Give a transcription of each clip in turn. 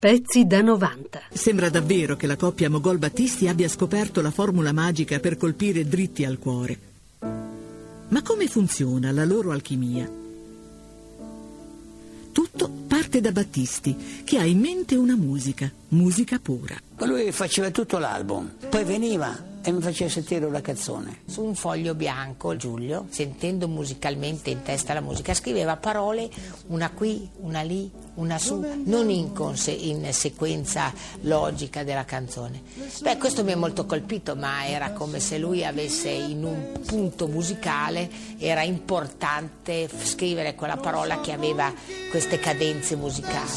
Pezzi da 90. Sembra davvero che la coppia Mogol-Battisti abbia scoperto la formula magica per colpire dritti al cuore. Ma come funziona la loro alchimia? Tutto parte da Battisti, che ha in mente una musica pura. Lui faceva tutto l'album, poi veniva e mi faceva sentire una canzone. Su un foglio bianco, Giulio, sentendo musicalmente in testa la musica, scriveva parole, una qui, una lì, una su, non in sequenza logica della canzone. Beh, questo mi ha molto colpito, ma era come se lui avesse in un punto musicale, era importante scrivere quella parola che aveva queste cadenze musicali.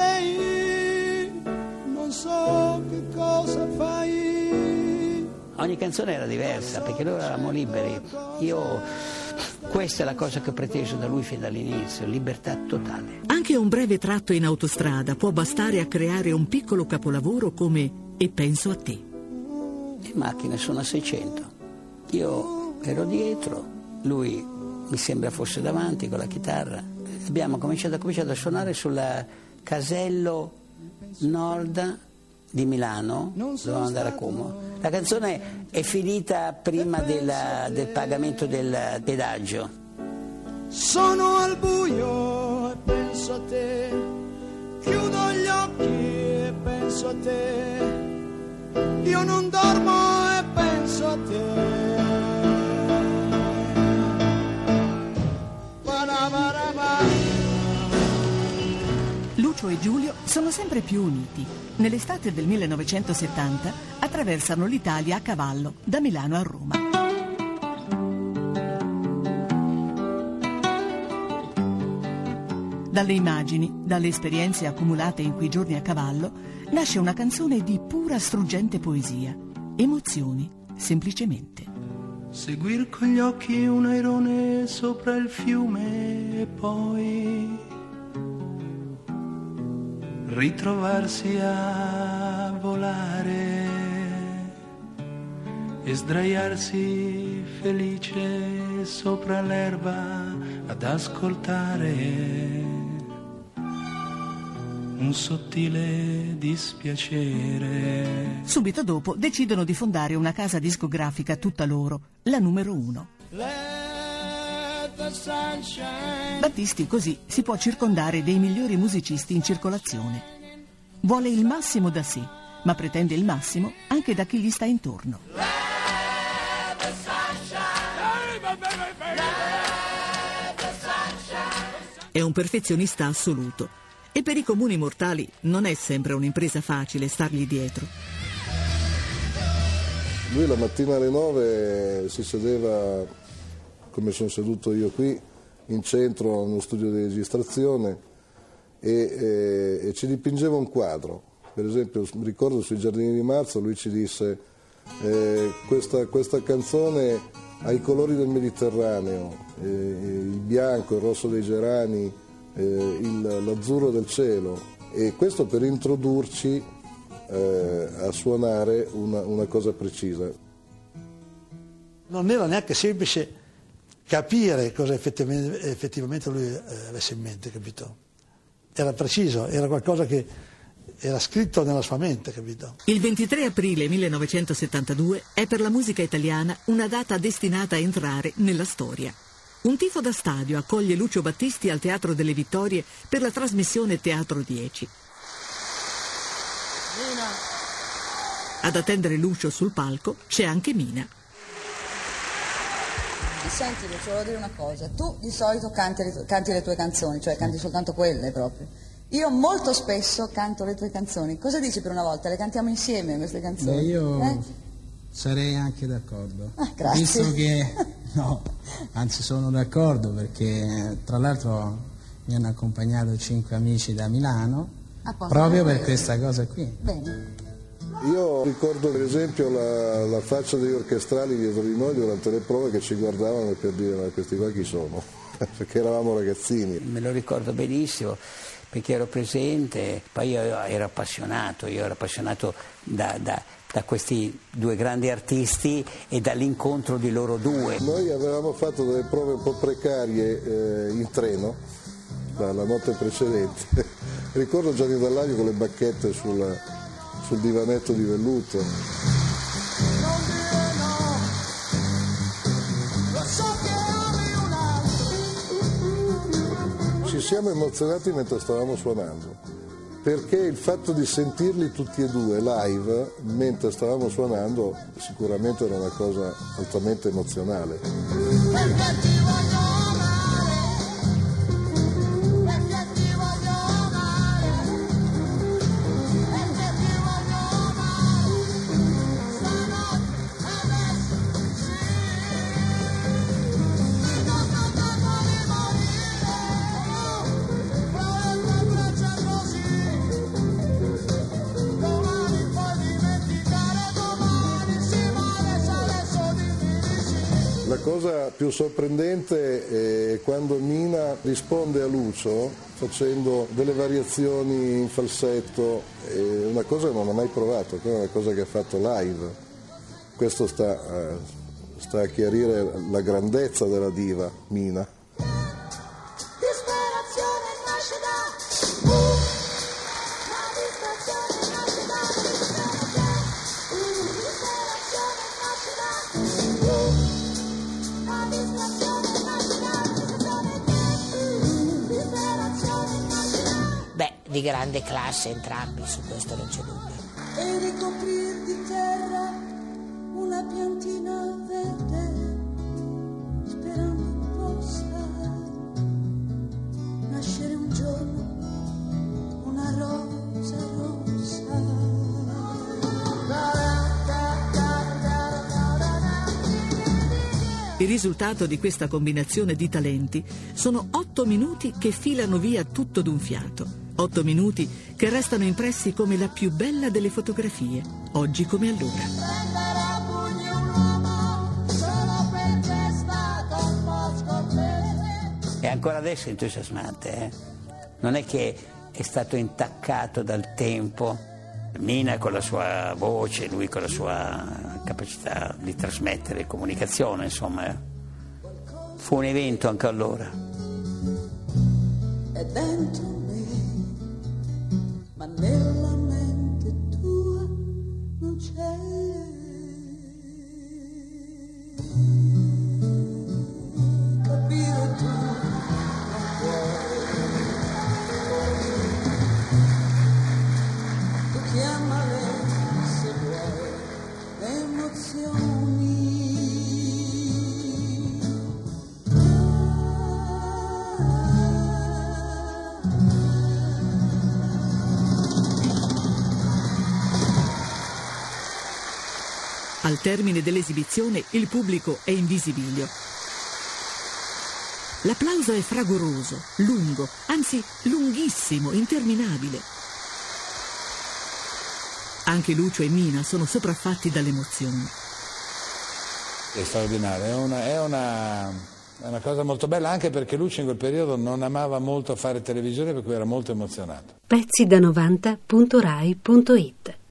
Non so che cosa fai. Ogni canzone era diversa, perché noi eravamo liberi. Questa è la cosa che ho preteso da lui fin dall'inizio, libertà totale. Anche un breve tratto in autostrada può bastare a creare un piccolo capolavoro come E penso a te. Le macchine sono a 600. Io ero dietro, lui mi sembra fosse davanti con la chitarra. Abbiamo cominciato a suonare sulla Casello Nord di Milano, dovevamo andare a Como. La canzone è finita prima del pagamento del pedaggio. Sono al buio e penso a te, chiudo gli occhi e penso a te, io non dormo e penso a te. Lucio e Giulio sono sempre più uniti. Nell'estate del 1970 attraversano l'Italia a cavallo, da Milano a Roma. Dalle immagini, dalle esperienze accumulate in quei giorni a cavallo, nasce una canzone di pura struggente poesia. Emozioni, semplicemente. Seguir con gli occhi un airone sopra il fiume e poi ritrovarsi a volare e sdraiarsi felice sopra l'erba ad ascoltare un sottile dispiacere. Subito dopo decidono di fondare una casa discografica tutta loro, la numero 1. Battisti così si può circondare dei migliori musicisti in circolazione. Vuole il massimo da sé, ma pretende il massimo anche da chi gli sta intorno. È un perfezionista assoluto e per i comuni mortali non è sempre un'impresa facile stargli dietro. Lui la mattina alle 9 si sedeva, come sono seduto io qui, in centro, nello studio di registrazione, e ci dipingeva un quadro. Per esempio, mi ricordo sui Giardini di Marzo, lui ci disse questa canzone ha i colori del Mediterraneo, il bianco, il rosso dei gerani, l'azzurro del cielo, e questo per introdurci a suonare una cosa precisa. Non era neanche semplice capire cosa effettivamente lui avesse in mente, capito? Era preciso, era qualcosa che era scritto nella sua mente, capito? Il 23 aprile 1972 è per la musica italiana una data destinata a entrare nella storia. Un tifo da stadio accoglie Lucio Battisti al Teatro delle Vittorie per la trasmissione Teatro 10. Ad attendere Lucio sul palco c'è anche Mina. Senti, ti volevo dire una cosa, tu di solito canti le tue canzoni, cioè canti soltanto quelle proprio. Io molto spesso canto le tue canzoni. Cosa dici per una volta? Le cantiamo insieme queste canzoni? Beh, io sarei anche d'accordo. Grazie. Visto che, no, anzi sono d'accordo perché tra l'altro mi hanno accompagnato 5 amici da Milano proprio per questa cosa qui. Bene. Io ricordo per esempio la faccia degli orchestrali dietro di noi durante le prove che ci guardavano per dire ma questi qua chi sono? Perché eravamo ragazzini. Me lo ricordo benissimo perché ero presente, poi io ero appassionato da questi due grandi artisti e dall'incontro di loro due. Noi avevamo fatto delle prove un po' precarie in treno la notte precedente. Ricordo Gianni Dallaglio con le bacchette sul divanetto di velluto. Ci siamo emozionati mentre stavamo suonando, perché il fatto di sentirli tutti e due live mentre stavamo suonando sicuramente era una cosa altamente emozionale. La cosa più sorprendente è quando Mina risponde a Lucio facendo delle variazioni in falsetto, una cosa che non ha mai provato, è una cosa che ha fatto live. Questo sta a chiarire la grandezza della diva Mina. Di grande classe entrambi, su questo non c'è dubbio. E ricoprir di terra una piantina verde, sperando possa nascere un giorno una rosa rossa. Il risultato di questa combinazione di talenti sono 8 minuti che filano via tutto d'un fiato. 8 minuti che restano impressi come la più bella delle fotografie, oggi come allora. E ancora adesso è entusiasmante, Non è che è stato intaccato dal tempo. Mina con la sua voce, lui con la sua capacità di trasmettere comunicazione, insomma. Fu un evento anche allora. È dentro me, ma nella mente tua non c'è. Capire tu non puoi. Tu chiamale se vuoi le emozioni. Al termine dell'esibizione il pubblico è in visibilio. L'applauso è fragoroso, lungo, anzi lunghissimo, interminabile. Anche Lucio e Mina sono sopraffatti dall'emozione. È straordinario, è una cosa molto bella, anche perché Lucio in quel periodo non amava molto fare televisione, per cui era molto emozionato. Pezzi da 90.rai.it